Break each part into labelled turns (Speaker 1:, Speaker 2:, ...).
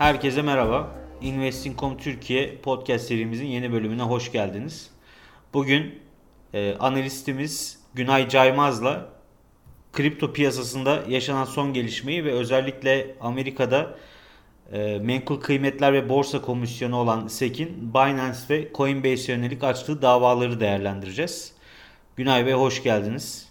Speaker 1: Herkese merhaba. Investing.com Türkiye podcast serimizin yeni bölümüne hoş geldiniz. Bugün analistimiz Günay Caymaz'la kripto piyasasında yaşanan son gelişmeyi ve özellikle Amerika'da Menkul Kıymetler ve Borsa Komisyonu olan SEC'in Binance ve Coinbase yönelik açtığı davaları değerlendireceğiz. Günay Bey hoş geldiniz.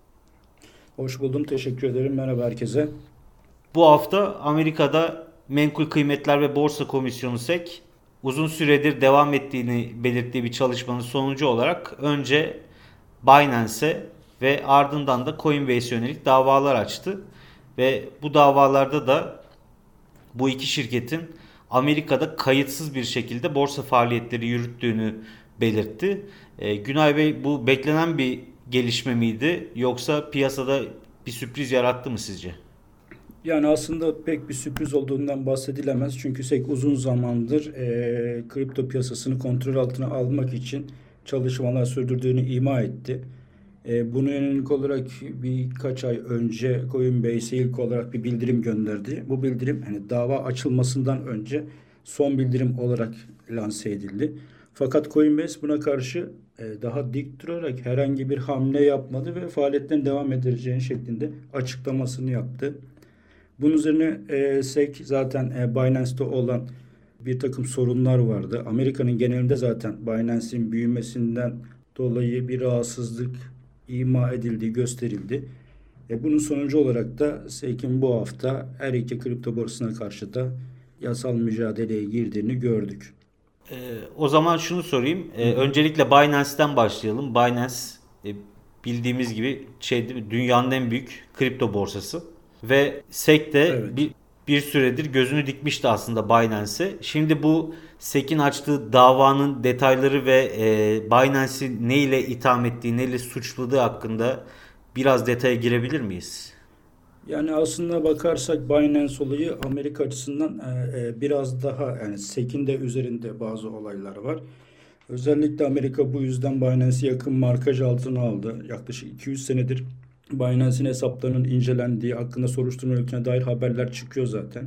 Speaker 2: Hoş buldum. Teşekkür ederim. Merhaba herkese.
Speaker 1: Bu hafta Amerika'da Menkul Kıymetler ve Borsa Komisyonu SEC uzun süredir devam ettiğini belirttiği bir çalışmanın sonucu olarak önce Binance'e ve ardından da Coinbase yönelik davalar açtı. Ve bu davalarda da bu iki şirketin Amerika'da kayıtsız bir şekilde borsa faaliyetleri yürüttüğünü belirtti. Günay Bey, bu beklenen bir gelişme miydi yoksa piyasada bir sürpriz yarattı mı sizce?
Speaker 2: Yani aslında pek bir sürpriz olduğundan bahsedilemez. Çünkü SEC uzun zamandır kripto piyasasını kontrol altına almak için çalışmalar sürdürdüğünü ima etti. Buna yönelik olarak birkaç ay önce Coinbase ilk olarak bir bildirim gönderdi. Bu bildirim hani dava açılmasından önce son bildirim olarak lanse edildi. Fakat Coinbase buna karşı daha dik durarak herhangi bir hamle yapmadı ve faaliyetlerine devam edeceğini şeklinde açıklamasını yaptı. Bunun üzerine SEC zaten Binance'te olan bir takım sorunlar vardı. Amerika'nın genelinde zaten Binance'in büyümesinden dolayı bir rahatsızlık ima edildiği gösterildi. Bunun sonucu olarak da SEC'in bu hafta her iki kripto borsasına karşı da yasal mücadeleye girdiğini gördük.
Speaker 1: O zaman şunu sorayım. Öncelikle Binance'ten başlayalım. Binance bildiğimiz gibi değil mi, dünyanın en büyük kripto borsası. Ve SEC de
Speaker 2: Evet.
Speaker 1: bir süredir gözünü dikmişti aslında Binance'e. Şimdi bu SEC'in açtığı davanın detayları ve Binance'i ne ile itham ettiği, ne ile suçladığı hakkında biraz detaya girebilir miyiz?
Speaker 2: Yani aslında bakarsak Binance olayı Amerika açısından biraz daha yani SEC'in de üzerinde bazı olaylar var. Özellikle Amerika bu yüzden Binance'i yakın markaj altına aldı. Yaklaşık 200 senedir Binance'in hesaplarının incelendiği, hakkında soruşturma yürütüldüğüne dair haberler çıkıyor zaten.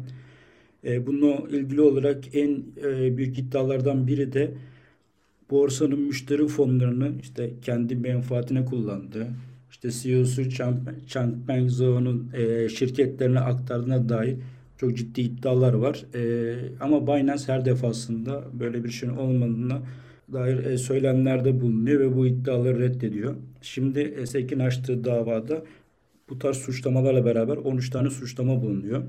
Speaker 2: Bununla ilgili olarak en büyük iddialardan biri de borsanın müşteri fonlarını işte kendi menfaatine kullandı. İşte CEO'su Changpeng Zhou'nun şirketlerine aktardığına dair çok ciddi iddialar var. Ama Binance her defasında böyle bir şeyin olmadığına dair söylemlerde bulunuyor ve bu iddiaları reddediyor. Şimdi SEC'in açtığı davada bu tarz suçlamalarla beraber 13 tane suçlama bulunuyor.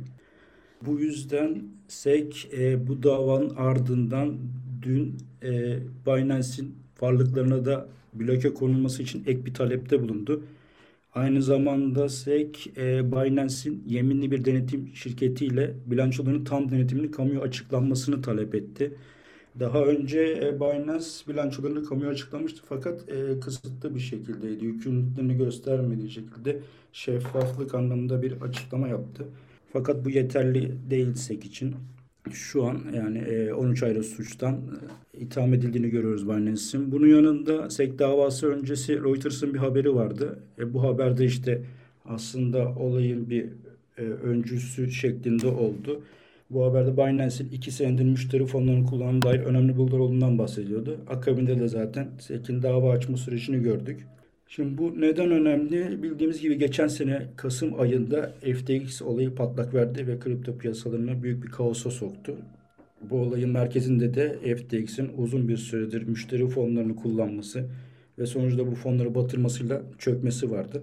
Speaker 2: Bu yüzden SEC bu davanın ardından dün Binance'in varlıklarına da bloke konulması için ek bir talepte bulundu. Aynı zamanda SEC Binance'in yeminli bir denetim şirketiyle bilançolarının tam denetimini kamuya açıklanmasını talep etti. Daha önce Binance bilançolarını kamuya açıklamıştı fakat kısıtlı bir şekildeydi. Yükümlülüklerini göstermediği şekilde şeffaflık anlamında bir açıklama yaptı. Fakat bu yeterli değil SEC için. Şu an yani 13 ayrı suçtan itham edildiğini görüyoruz Binance'in. Bunun yanında SEC davası öncesi Reuters'ın bir haberi vardı. Bu haberde işte aslında olayın bir öncüsü şeklinde oldu. Bu haberde Binance'in 2 senedir müşteri fonlarını kullanımına dair önemli bulgular olduğundan bahsediyordu. Akabinde de zaten SEC'in dava açma sürecini gördük. Şimdi bu neden önemli? Bildiğimiz gibi geçen sene Kasım ayında FTX olayı patlak verdi ve kripto piyasalarına büyük bir kaosa soktu. Bu olayın merkezinde de FTX'in uzun bir süredir müşteri fonlarını kullanması ve sonuçta bu fonları batırmasıyla çökmesi vardı.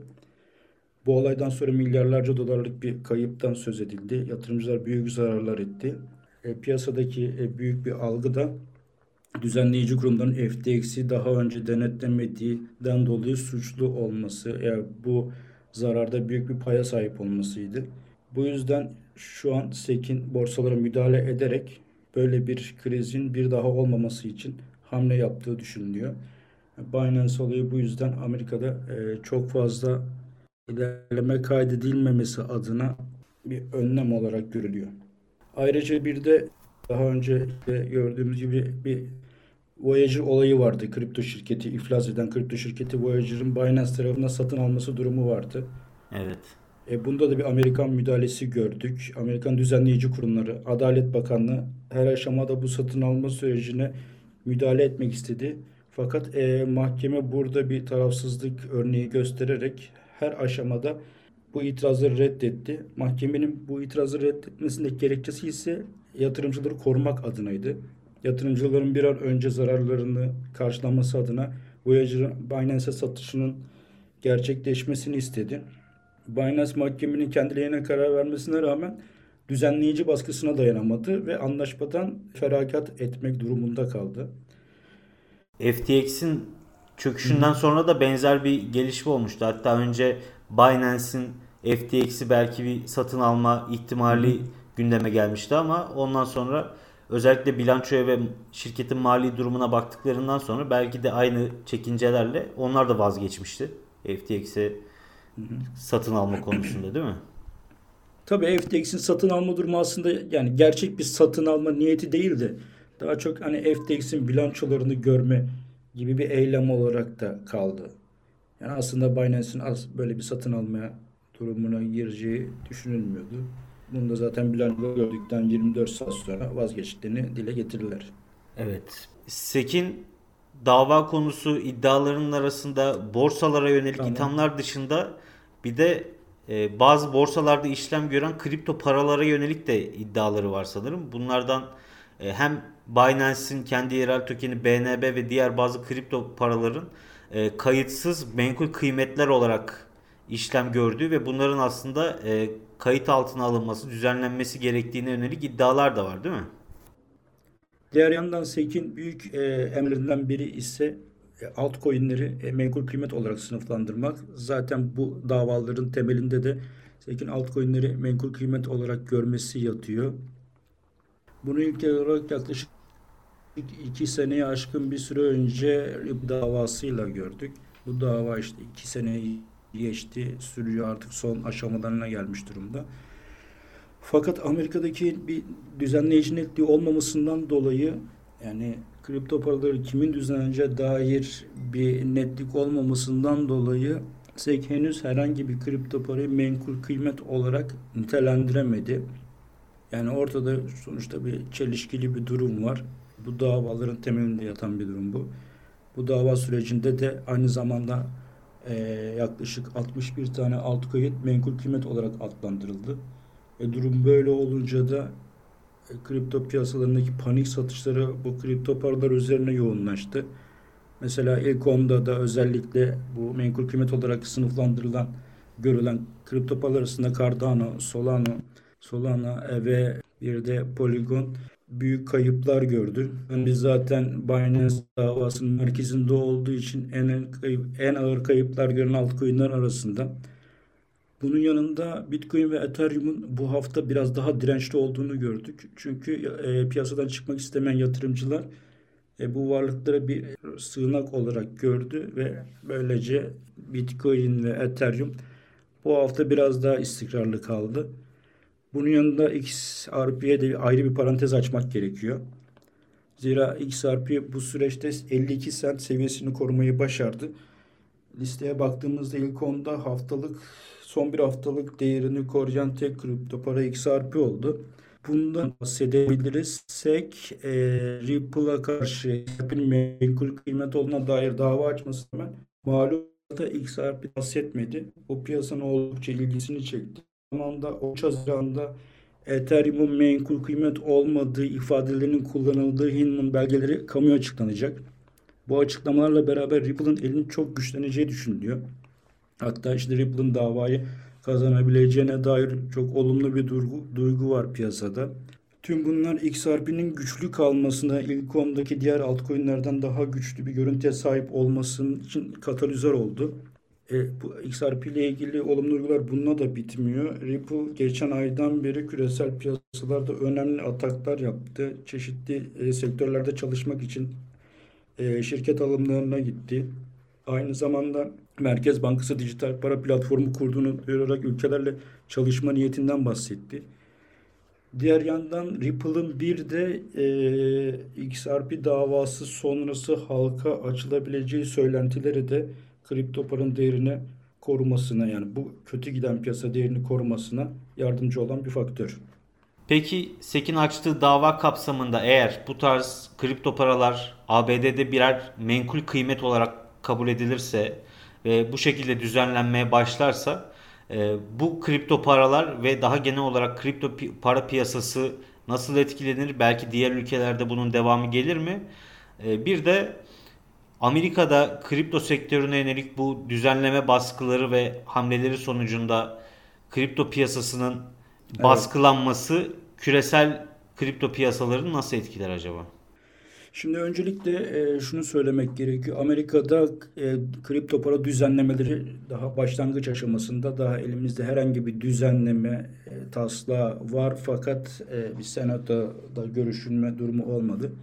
Speaker 2: Bu olaydan sonra milyarlarca dolarlık bir kayıptan söz edildi. Yatırımcılar büyük zararlar etti. Piyasadaki büyük bir algı da düzenleyici kurumların FTX'i daha önce denetlemediğinden dolayı suçlu olması, yani bu zararda büyük bir paya sahip olmasıydı. Bu yüzden şu an SEC'in borsalara müdahale ederek böyle bir krizin bir daha olmaması için hamle yaptığı düşünülüyor. Binance olayı bu yüzden Amerika'da çok fazla ilerleme kaydedilmemesi adına bir önlem olarak görülüyor. Ayrıca bir de daha önce de gördüğümüz gibi bir Voyager olayı vardı. Kripto şirketi, iflas eden kripto şirketi Voyager'ın Binance tarafından satın alması durumu vardı.
Speaker 1: Evet.
Speaker 2: Bunda da bir Amerikan müdahalesi gördük. Amerikan düzenleyici kurumları, Adalet Bakanlığı her aşamada bu satın alma sürecine müdahale etmek istedi. Fakat mahkeme burada bir tarafsızlık örneği göstererek her aşamada bu itirazları reddetti. Mahkemenin bu itirazı reddetmesindeki gerekçesi ise yatırımcıları korumak adınaydı. Yatırımcıların bir an önce zararlarını karşılaması adına Voyager'ın Binance'e satışının gerçekleşmesini istedi. Binance mahkemenin kendilerine karar vermesine rağmen düzenleyici baskısına dayanamadı ve anlaşmadan feragat etmek durumunda kaldı.
Speaker 1: FTX'in
Speaker 2: Hı hı.
Speaker 1: çöküşünden sonra da benzer bir gelişme olmuştu. Hatta önce Binance'in FTX'i belki bir satın alma
Speaker 2: Hı hı.
Speaker 1: ihtimali gündeme gelmişti ama ondan sonra özellikle bilançoya ve şirketin mali durumuna baktıklarından sonra belki de aynı çekincelerle onlar da vazgeçmişti FTX'i
Speaker 2: Hı hı.
Speaker 1: satın alma konusunda, değil mi?
Speaker 2: Tabii FTX'in satın alma durumu aslında yani gerçek bir satın alma niyeti değildi. Daha çok hani FTX'in bilançolarını görme gibi bir eylem olarak da kaldı. Yani aslında Binance'in böyle bir satın almaya durumuna gireceği düşünülmüyordu. Bunu da zaten bilanço gördükten 24 saat sonra vazgeçtiğini dile getirdiler.
Speaker 1: Evet. SEC'in dava konusu iddialarının arasında borsalara yönelik
Speaker 2: Tamam.
Speaker 1: ithamlar dışında bir de bazı borsalarda işlem gören kripto paralara yönelik de iddiaları var sanırım. Bunlardan hem Binance'in kendi yerel tokeni BNB ve diğer bazı kripto paraların kayıtsız menkul kıymetler olarak işlem gördüğü ve bunların aslında kayıt altına alınması, düzenlenmesi gerektiğine yönelik iddialar da var, değil mi?
Speaker 2: Diğer yandan SEC'in büyük emrinden biri ise altcoin'leri menkul kıymet olarak sınıflandırmak. Zaten bu davaların temelinde de SEC'in altcoin'leri menkul kıymet olarak görmesi yatıyor. Bunu ilk olarak yaklaşık 2 seneye aşkın bir süre önce RIP davasıyla gördük. Bu dava işte 2 seneyi geçti, sürüyor artık son aşamalarına gelmiş durumda. Fakat Amerika'daki bir düzenleyici netliği olmamasından dolayı yani kripto paraları kimin düzenleneceğe dair bir netlik olmamasından dolayı SEC henüz herhangi bir kripto parayı menkul kıymet olarak nitelendiremedi. Yani ortada sonuçta bir çelişkili bir durum var. Bu davaların temelinde yatan bir durum bu. Bu dava sürecinde de aynı zamanda yaklaşık 61 tane altcoin menkul kıymet olarak adlandırıldı. Durum böyle olunca da kripto piyasalarındaki panik satışları bu kripto paralar üzerine yoğunlaştı. Mesela ilk onda da özellikle bu menkul kıymet olarak sınıflandırılan, görülen kripto paralar arasında Cardano, Solana ve bir de Polygon büyük kayıplar gördü. Yani biz zaten Binance davasının merkezinde olduğu için en ağır kayıplar gören altcoin'ler arasında. Bunun yanında Bitcoin ve Ethereum'un bu hafta biraz daha dirençli olduğunu gördük. Çünkü piyasadan çıkmak istemeyen yatırımcılar bu varlıkları bir sığınak olarak gördü ve böylece Bitcoin ve Ethereum bu hafta biraz daha istikrarlı kaldı. Bunun yanında XRP'ye de ayrı bir parantez açmak gerekiyor. Zira XRP bu süreçte 52 sent seviyesini korumayı başardı. Listeye baktığımızda ilk onda son bir haftalık değerini koruyan tek kripto para XRP oldu. Bundan bahsedebilirsek Ripple'a karşı XRP'nin menkul kıymet olduğuna dair dava açması hemen malum da XRP bahsetmedi. O piyasanın oldukça ilgisini çekti. Zamanda 13 Haziran'da Ethereum'un menkul kıymet olmadığı ifadelerinin kullanıldığı Hinman belgeleri kamuya açıklanacak. Bu açıklamalarla beraber Ripple'ın elinin çok güçleneceği düşünülüyor. Hatta işte Ripple'ın davayı kazanabileceğine dair çok olumlu bir duygu var piyasada. Tüm bunlar XRP'nin güçlü kalmasına, ilk ondaki diğer altcoin'lerden daha güçlü bir görüntüye sahip olmasının için katalizör oldu. Bu XRP ile ilgili olumlu duygular bununla da bitmiyor. Ripple geçen aydan beri küresel piyasalarda önemli ataklar yaptı. Çeşitli sektörlerde çalışmak için şirket alımlarına gitti. Aynı zamanda Merkez Bankası dijital para platformu kurduğunu duyurarak ülkelerle çalışma niyetinden bahsetti. Diğer yandan Ripple'ın bir de XRP davası sonrası halka açılabileceği söylentileri de kripto paranın değerine korumasına, yani bu kötü giden piyasa değerini korumasına yardımcı olan bir faktör.
Speaker 1: Peki SEC'in açtığı dava kapsamında eğer bu tarz kripto paralar ABD'de birer menkul kıymet olarak kabul edilirse ve bu şekilde düzenlenmeye başlarsa bu kripto paralar ve daha genel olarak para piyasası nasıl etkilenir? Belki diğer ülkelerde bunun devamı gelir mi? Bir de Amerika'da kripto sektörüne yönelik bu düzenleme baskıları ve hamleleri sonucunda kripto piyasasının
Speaker 2: Evet.
Speaker 1: baskılanması küresel kripto piyasalarını nasıl etkiler acaba?
Speaker 2: Şimdi öncelikle şunu söylemek gerekiyor. Amerika'da kripto para düzenlemeleri daha başlangıç aşamasında, daha elimizde herhangi bir düzenleme taslağı var fakat bir senatoda görüşülme durumu olmadı.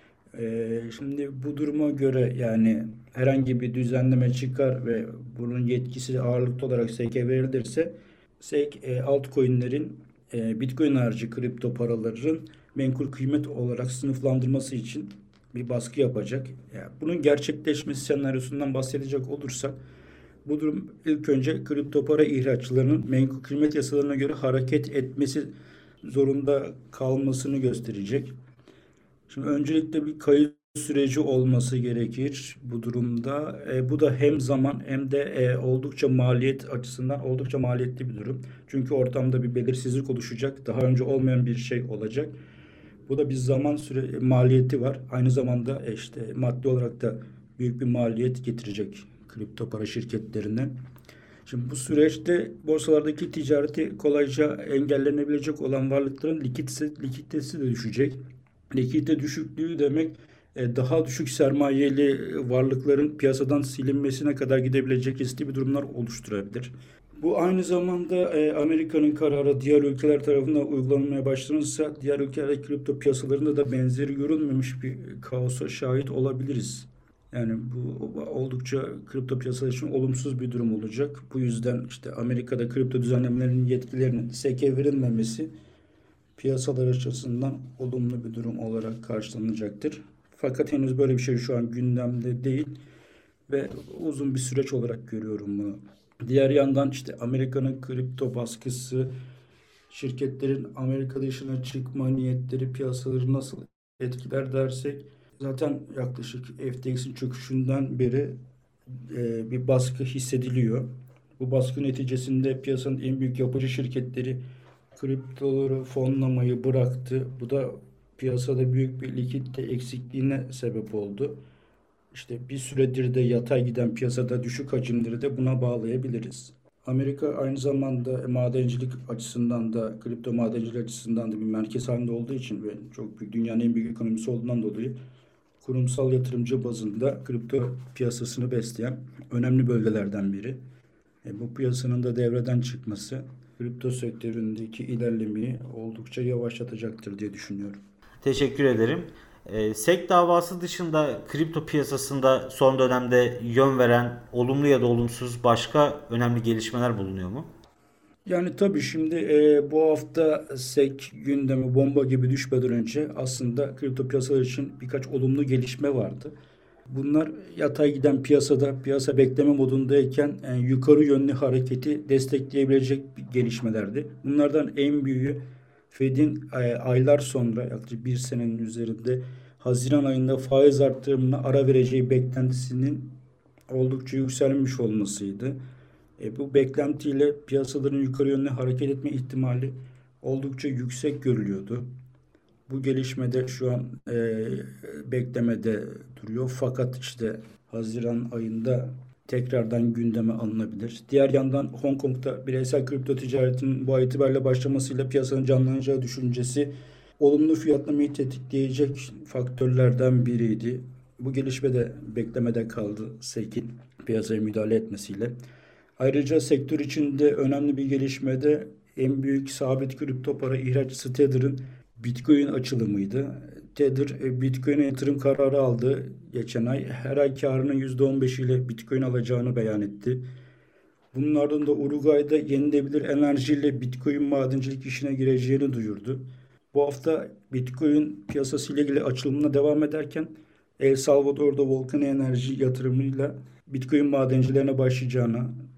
Speaker 2: Şimdi bu duruma göre yani herhangi bir düzenleme çıkar ve bunun yetkisi ağırlıklı olarak SEC'e verilirse SEC altcoin'lerin Bitcoin harici kripto paraların menkul kıymet olarak sınıflandırması için bir baskı yapacak. Yani bunun gerçekleşmesi senaryosundan bahsedecek olursak bu durum ilk önce kripto para ihraççılarının menkul kıymet yasalarına göre hareket etmesi zorunda kalmasını gösterecek. Şimdi öncelikle bir kayıt süreci olması gerekir bu durumda. Bu da hem zaman hem de oldukça maliyet açısından oldukça maliyetli bir durum. Çünkü ortamda bir belirsizlik oluşacak. Daha önce olmayan bir şey olacak. Bu da bir zaman maliyeti var. Aynı zamanda işte maddi olarak da büyük bir maliyet getirecek kripto para şirketlerine. Şimdi bu süreçte borsalardaki ticareti kolayca engellenebilecek olan varlıkların likiditesi de düşecek. Likidite düşüklüğü demek daha düşük sermayeli varlıkların piyasadan silinmesine kadar gidebilecek riskli bir durumlar oluşturabilir. Bu aynı zamanda Amerika'nın kararı diğer ülkeler tarafından uygulanmaya başlanırsa diğer ülkelerdeki kripto piyasalarında da benzeri görülmemiş bir kaosa şahit olabiliriz. Yani bu oldukça kripto piyasaları için olumsuz bir durum olacak. Bu yüzden işte Amerika'da kripto düzenlemelerinin yetkilerinin SEC'e verilmemesi piyasalar açısından olumlu bir durum olarak karşılanacaktır. Fakat henüz böyle bir şey şu an gündemde değil ve uzun bir süreç olarak görüyorum bunu. Diğer yandan işte Amerika'nın kripto baskısı, şirketlerin Amerika dışına çıkma niyetleri piyasaları nasıl etkiler dersek zaten yaklaşık FTX'in çöküşünden beri bir baskı hissediliyor. Bu baskı neticesinde piyasanın en büyük yapıcı şirketleri kriptoları fonlamayı bıraktı. Bu da piyasada büyük bir likidite eksikliğine sebep oldu. İşte bir süredir de yatay giden piyasada düşük hacimleri de buna bağlayabiliriz. Amerika aynı zamanda madencilik açısından da kripto madencilik açısından da bir merkez halinde olduğu için ve çok büyük dünyanın en büyük ekonomisi olduğundan dolayı kurumsal yatırımcı bazında kripto piyasasını besleyen önemli bölgelerden biri. Bu piyasanın da devreden çıkması kripto sektöründeki ilerlemeyi oldukça yavaşlatacaktır diye düşünüyorum.
Speaker 1: Teşekkür ederim. SEC davası dışında kripto piyasasında son dönemde yön veren olumlu ya da olumsuz başka önemli gelişmeler bulunuyor mu?
Speaker 2: Yani tabii şimdi bu hafta SEC gündemi bomba gibi düşmeden önce aslında kripto piyasalar için birkaç olumlu gelişme vardı. Bunlar yatay giden piyasada piyasa bekleme modundayken yukarı yönlü hareketi destekleyebilecek gelişmelerdi. Bunlardan en büyüğü Fed'in aylar sonra yaklaşık bir senenin üzerinde Haziran ayında faiz artırımına ara vereceği beklentisinin oldukça yükselmiş olmasıydı. Bu beklentiyle piyasaların yukarı yönlü hareket etme ihtimali oldukça yüksek görülüyordu. Bu gelişmede şu an beklemede duruyor. Fakat işte Haziran ayında tekrardan gündeme alınabilir. Diğer yandan Hong Kong'da bireysel kripto ticaretinin bu ay itibariyle başlamasıyla piyasanın canlanacağı düşüncesi olumlu fiyatlamayı tetikleyecek faktörlerden biriydi. Bu gelişme de beklemede kaldı SEC'in piyasaya müdahale etmesiyle. Ayrıca sektör içinde önemli bir gelişme de en büyük sabit kripto para ihracatçısı Tether'ın Bitcoin açılımıydı. Tether Bitcoin'e yatırım kararı aldı geçen ay. Her ay karının %15 ile Bitcoin alacağını beyan etti. Bunun ardından Uruguay'da yenilebilir enerjiyle Bitcoin madencilik işine gireceğini duyurdu. Bu hafta Bitcoin piyasası ile ilgili açılımına devam ederken El Salvador'da Volkan Enerji yatırımıyla Bitcoin madencilerine başlayacağına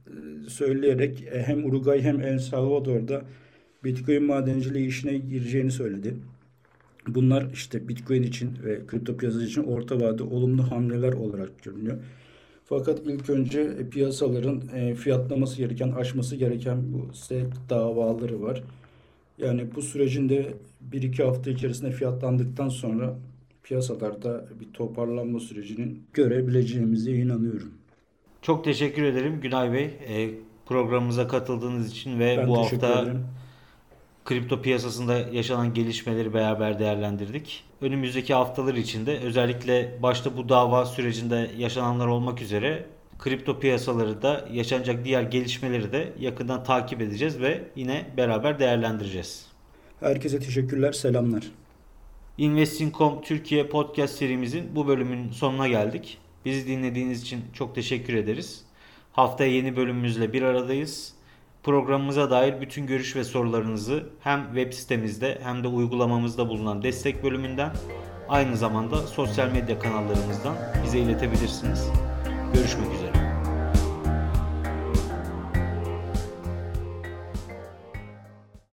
Speaker 2: söyleyerek hem Uruguay hem El Salvador'da Bitcoin madenciliği işine gireceğini söyledi. Bunlar işte Bitcoin için ve kripto piyasası için orta vade olumlu hamleler olarak görünüyor. Fakat ilk önce piyasaların fiyatlaması gereken, aşması gereken bu SEC davaları var. Yani bu sürecin de 1-2 hafta içerisinde fiyatlandıktan sonra piyasalarda bir toparlanma sürecini görebileceğimize inanıyorum.
Speaker 1: Çok teşekkür ederim Günay Bey. Programımıza katıldığınız için ve
Speaker 2: Ben
Speaker 1: bu
Speaker 2: teşekkür
Speaker 1: hafta
Speaker 2: ederim.
Speaker 1: kripto piyasasında yaşanan gelişmeleri beraber değerlendirdik. Önümüzdeki haftalar içinde özellikle başta bu dava sürecinde yaşananlar olmak üzere kripto piyasaları da yaşanacak diğer gelişmeleri de yakından takip edeceğiz ve yine beraber değerlendireceğiz.
Speaker 2: Herkese teşekkürler, selamlar.
Speaker 1: Investing.com Türkiye podcast serimizin bu bölümünün sonuna geldik. Bizi dinlediğiniz için çok teşekkür ederiz. Haftaya yeni bölümümüzle bir aradayız. Programımıza dair bütün görüş ve sorularınızı hem web sitemizde hem de uygulamamızda bulunan destek bölümünden, aynı zamanda sosyal medya kanallarımızdan bize iletebilirsiniz. Görüşmek üzere.